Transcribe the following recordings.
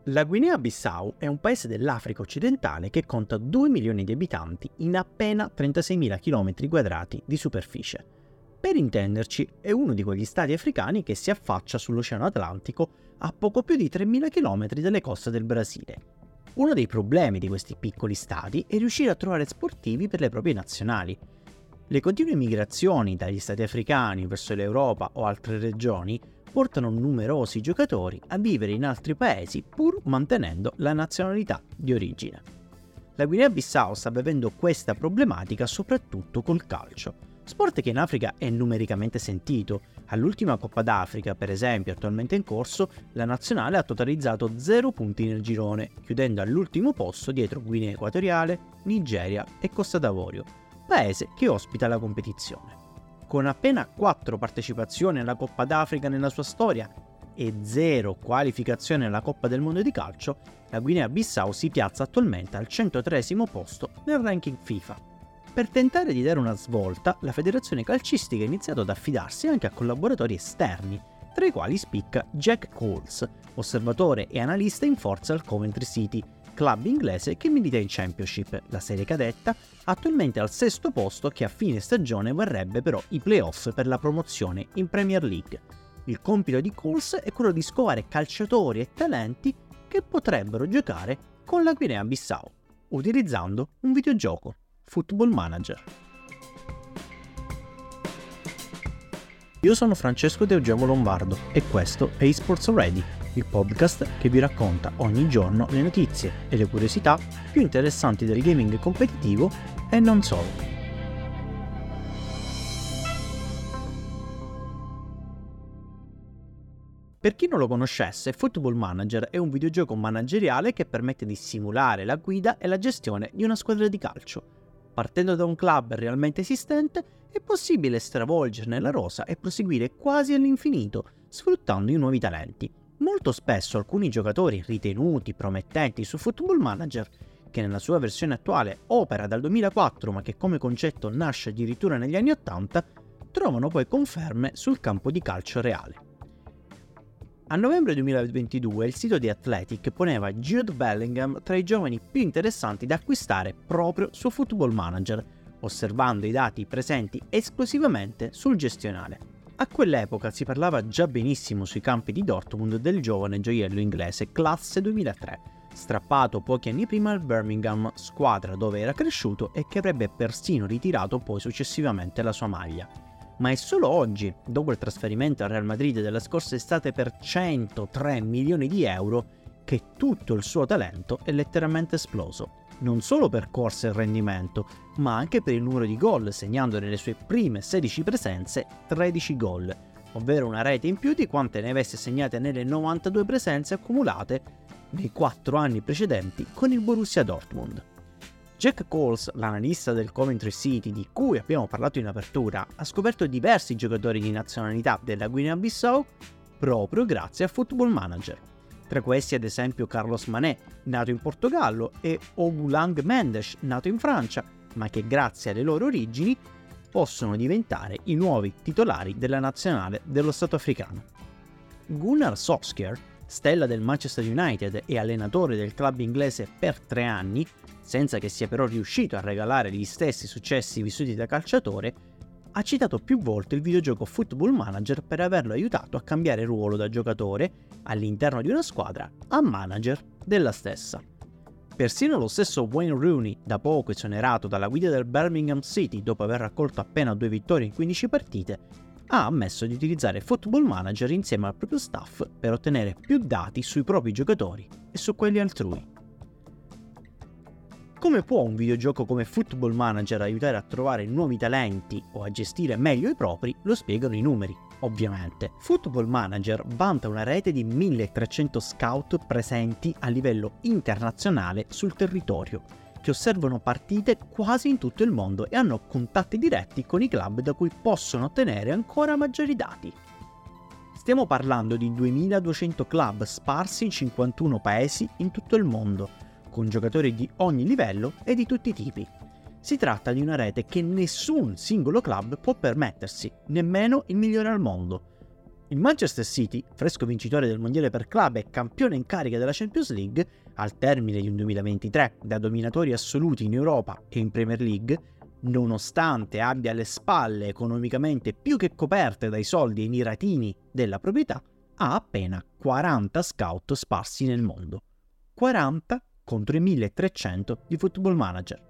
La Guinea-Bissau è un paese dell'Africa occidentale che conta 2 milioni di abitanti in appena 36.000 km² di superficie. Per intenderci, è uno di quegli stati africani che si affaccia sull'Oceano Atlantico a poco più di 3.000 km dalle coste del Brasile. Uno dei problemi di questi piccoli stati è riuscire a trovare sportivi per le proprie nazionali. Le continue migrazioni dagli stati africani verso l'Europa o altre regioni portano numerosi giocatori a vivere in altri paesi pur mantenendo la nazionalità di origine. La Guinea-Bissau sta vivendo questa problematica soprattutto col calcio, sport che in Africa è numericamente sentito. All'ultima Coppa d'Africa, per esempio, attualmente in corso, la nazionale ha totalizzato 0 punti nel girone, chiudendo all'ultimo posto dietro Guinea Equatoriale, Nigeria e Costa d'Avorio, paese che ospita la competizione. Con appena 4 partecipazioni alla Coppa d'Africa nella sua storia e 0 qualificazioni alla Coppa del Mondo di calcio, la Guinea-Bissau si piazza attualmente al 103° posto nel ranking FIFA. Per tentare di dare una svolta, la federazione calcistica ha iniziato ad affidarsi anche a collaboratori esterni, tra i quali spicca Jack Coles, osservatore e analista in forza al Coventry City, club inglese che milita in Championship, la serie cadetta, attualmente al 6° posto che a fine stagione varrebbe però i playoff per la promozione in Premier League. Il compito di Coles è quello di scovare calciatori e talenti che potrebbero giocare con la Guinea-Bissau, utilizzando un videogioco, Football Manager. Io sono Francesco De Eugemo Lombardo e questo è eSports Ready, il podcast che vi racconta ogni giorno le notizie e le curiosità più interessanti del gaming competitivo e non solo. Per chi non lo conoscesse, Football Manager è un videogioco manageriale che permette di simulare la guida e la gestione di una squadra di calcio. Partendo da un club realmente esistente, è possibile stravolgerne la rosa e proseguire quasi all'infinito, sfruttando i nuovi talenti. Molto spesso alcuni giocatori ritenuti promettenti su Football Manager, che nella sua versione attuale opera dal 2004 ma che come concetto nasce addirittura negli anni 80, trovano poi conferme sul campo di calcio reale. A novembre 2022 il sito di Athletic poneva Jude Bellingham tra i giovani più interessanti da acquistare proprio su Football Manager, osservando i dati presenti esclusivamente sul gestionale. A quell'epoca si parlava già benissimo sui campi di Dortmund del giovane gioiello inglese classe 2003, strappato pochi anni prima al Birmingham, squadra dove era cresciuto e che avrebbe persino ritirato poi successivamente la sua maglia. Ma è solo oggi, dopo il trasferimento al Real Madrid della scorsa estate per 103 milioni di euro, che tutto il suo talento è letteralmente esploso. Non solo per corsa e rendimento, ma anche per il numero di gol, segnando nelle sue prime 16 presenze 13 gol, ovvero una rete in più di quante ne avesse segnate nelle 92 presenze accumulate nei 4 anni precedenti con il Borussia Dortmund. Jack Coles, l'analista del Coventry City di cui abbiamo parlato in apertura, ha scoperto diversi giocatori di nazionalità della Guinea-Bissau proprio grazie a Football Manager. Tra questi ad esempio Carlos Mané, nato in Portogallo, e Obulang Mendes, nato in Francia, ma che grazie alle loro origini possono diventare i nuovi titolari della nazionale dello Stato africano. Gunnar Solskjaer, stella del Manchester United e allenatore del club inglese per 3 anni, senza che sia però riuscito a regalare gli stessi successi vissuti da calciatore, ha citato più volte il videogioco Football Manager per averlo aiutato a cambiare ruolo da giocatore all'interno di una squadra a manager della stessa. Persino lo stesso Wayne Rooney, da poco esonerato dalla guida del Birmingham City dopo aver raccolto appena 2 vittorie in 15 partite, ha ammesso di utilizzare Football Manager insieme al proprio staff per ottenere più dati sui propri giocatori e su quelli altrui. Come può un videogioco come Football Manager aiutare a trovare nuovi talenti o a gestire meglio i propri, lo spiegano i numeri, ovviamente. Football Manager vanta una rete di 1300 scout presenti a livello internazionale sul territorio, che osservano partite quasi in tutto il mondo e hanno contatti diretti con i club da cui possono ottenere ancora maggiori dati. Stiamo parlando di 2200 club sparsi in 51 paesi in tutto il mondo, con giocatori di ogni livello e di tutti i tipi. Si tratta di una rete che nessun singolo club può permettersi, nemmeno il migliore al mondo. Il Manchester City, fresco vincitore del mondiale per club e campione in carica della Champions League, al termine di un 2023 da dominatori assoluti in Europa e in Premier League, nonostante abbia alle spalle economicamente più che coperte dai soldi e i niratini della proprietà, ha appena 40 scout sparsi nel mondo. 40 contro i 1300 di Football Manager.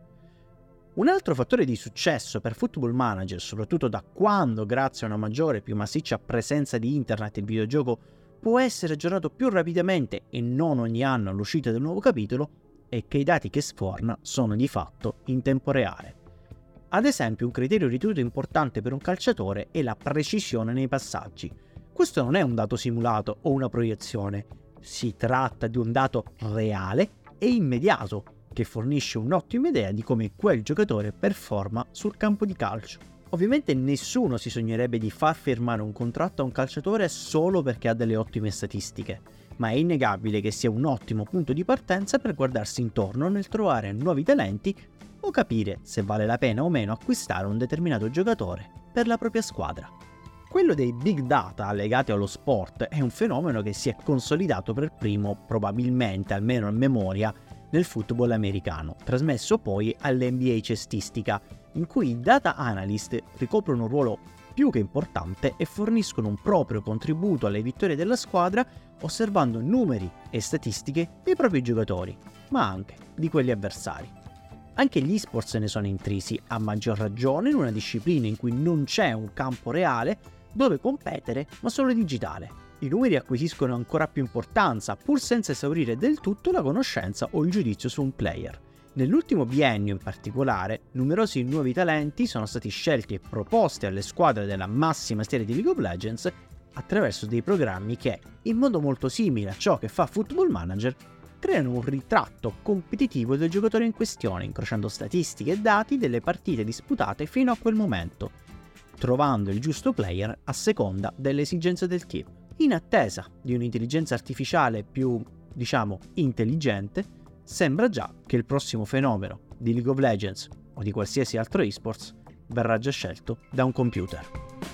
Un altro fattore di successo per Football Manager, soprattutto da quando, grazie a una maggiore e più massiccia presenza di internet, il videogioco può essere aggiornato più rapidamente e non ogni anno all'uscita del nuovo capitolo, è che i dati che sforna sono di fatto in tempo reale. Ad esempio, un criterio ritenuto importante per un calciatore è la precisione nei passaggi. Questo non è un dato simulato o una proiezione, si tratta di un dato reale e immediato, che fornisce un'ottima idea di come quel giocatore performa sul campo di calcio. Ovviamente nessuno si sognerebbe di far firmare un contratto a un calciatore solo perché ha delle ottime statistiche, ma è innegabile che sia un ottimo punto di partenza per guardarsi intorno nel trovare nuovi talenti o capire se vale la pena o meno acquistare un determinato giocatore per la propria squadra. Quello dei big data legati allo sport è un fenomeno che si è consolidato per primo, probabilmente, almeno a memoria, nel football americano, trasmesso poi all'NBA cestistica, in cui i data analyst ricoprono un ruolo più che importante e forniscono un proprio contributo alle vittorie della squadra osservando numeri e statistiche dei propri giocatori, ma anche di quelli avversari. Anche gli esports ne sono intrisi, a maggior ragione in una disciplina in cui non c'è un campo reale dove competere, ma solo digitale. I numeri acquisiscono ancora più importanza, pur senza esaurire del tutto la conoscenza o il giudizio su un player. Nell'ultimo biennio in particolare, numerosi nuovi talenti sono stati scelti e proposti alle squadre della massima serie di League of Legends attraverso dei programmi che, in modo molto simile a ciò che fa Football Manager, creano un ritratto competitivo del giocatore in questione, incrociando statistiche e dati delle partite disputate fino a quel momento, trovando il giusto player a seconda delle esigenze del team. In attesa di un'intelligenza artificiale più, intelligente, sembra già che il prossimo fenomeno di League of Legends o di qualsiasi altro esports verrà già scelto da un computer.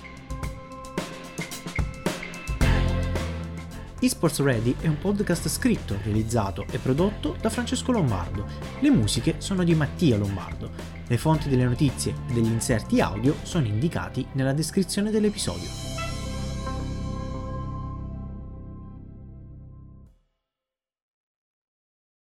eSports Ready è un podcast scritto, realizzato e prodotto da Francesco Lombardo. Le musiche sono di Mattia Lombardo. Le fonti delle notizie e degli inserti audio sono indicati nella descrizione dell'episodio.